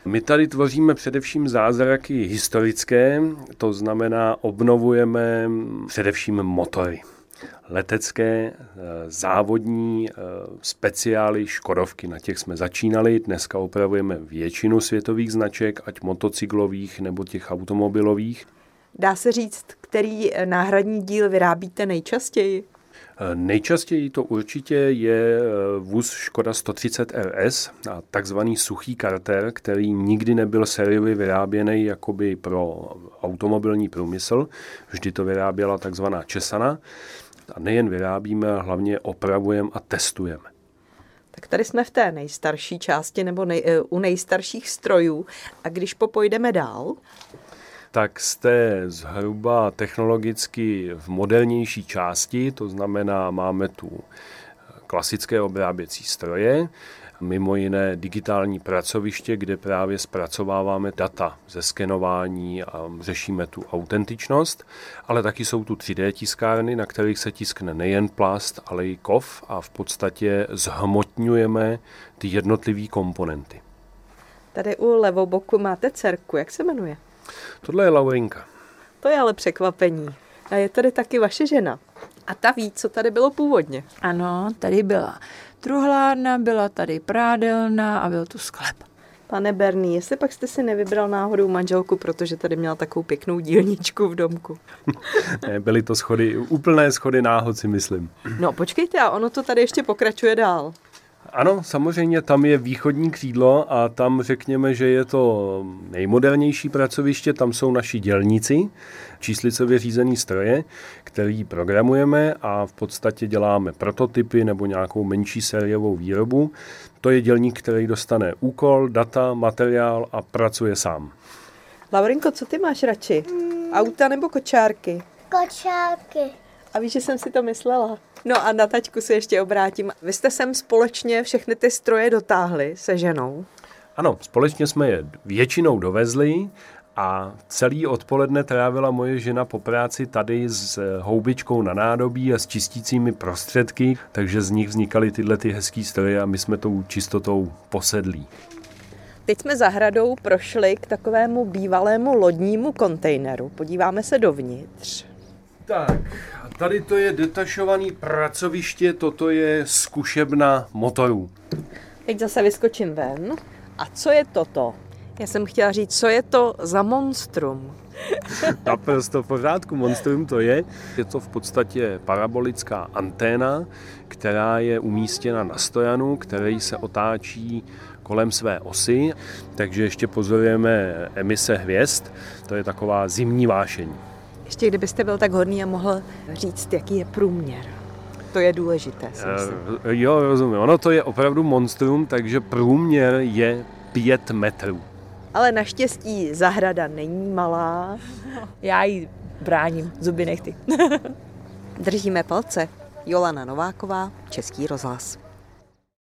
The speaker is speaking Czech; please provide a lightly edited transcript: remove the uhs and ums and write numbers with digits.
My tady tvoříme především zázraky historické, to znamená obnovujeme především motory. Letecké, závodní, speciály, škodovky, na těch jsme začínali. Dneska opravujeme většinu světových značek, ať motocyklových nebo těch automobilových. Dá se říct, který náhradní díl vyrábíte nejčastěji? Nejčastěji to určitě je vůz Škoda 130 RS a takzvaný suchý karter, který nikdy nebyl sériově vyráběný jakoby pro automobilní průmysl. Vždy to vyráběla takzvaná Česana. A nejen vyrábíme, ale hlavně opravujeme a testujeme. Tak tady jsme v té nejstarší části nebo u nejstarších strojů. A když popojdeme dál? Tak jste zhruba technologicky v modernější části, to znamená, máme tu klasické obráběcí stroje, mimo jiné digitální pracoviště, kde právě zpracováváme data ze skenování a řešíme tu autentičnost, ale taky jsou tu 3D tiskárny, na kterých se tiskne nejen plast, ale i kov a v podstatě zhmotňujeme ty jednotlivé komponenty. Tady u levoboku máte dcerku, jak se jmenuje? Tohle je Laurinka. To je ale překvapení. A je tady taky vaše žena. A ta ví, co tady bylo původně. Ano, tady byla truhlárna, byla tady prádelna a byl tu sklep. Pane Berný, jestli pak jste si nevybral náhodou manželku, protože tady měla takovou pěknou dílničku v domku. Ne, byly to schody, úplné schody náhod, si myslím. No počkejte, a ono to tady ještě pokračuje dál. Ano, samozřejmě tam je východní křídlo a tam řekněme, že je to nejmodernější pracoviště, tam jsou naši dělníci, číslicově řízený stroje, který programujeme a v podstatě děláme prototypy nebo nějakou menší sériovou výrobu. To je dělník, který dostane úkol, data, materiál a pracuje sám. Laurinko, co ty máš radši? Auta nebo kočárky? Kočárky. A víš, že jsem si to myslela. No a na taťku se ještě obrátím. Vy jste sem společně všechny ty stroje dotáhli se ženou? Ano, společně jsme je většinou dovezli a celý odpoledne trávila moje žena po práci tady s houbičkou na nádobí a s čistícími prostředky, takže z nich vznikaly tyhle ty hezký stroje a my jsme tou čistotou posedlí. Teď jsme zahradou prošli k takovému bývalému lodnímu kontejneru. Podíváme se dovnitř. Tak, a tady to je detašovaný pracoviště, toto je zkušebna motorů. Teď zase vyskočím ven. A co je toto? Já jsem chtěla říct, co je to za monstrum? Naprosto v pořádku, monstrum to je. Je to v podstatě parabolická anténa, která je umístěna na stojanu, který se otáčí kolem své osy, takže ještě pozorujeme emise hvězd, to je taková zimní vášeň. Ještě kdybyste byl tak hodný a mohl říct, jaký je průměr. To je důležité, si myslím. Jo, rozumím. Ono to je opravdu monstrum, takže průměr je 5 metrů. Ale naštěstí zahrada není malá. Já ji bráním, zuby nechty. Držíme palce. Jolana Nováková, Český rozhlas.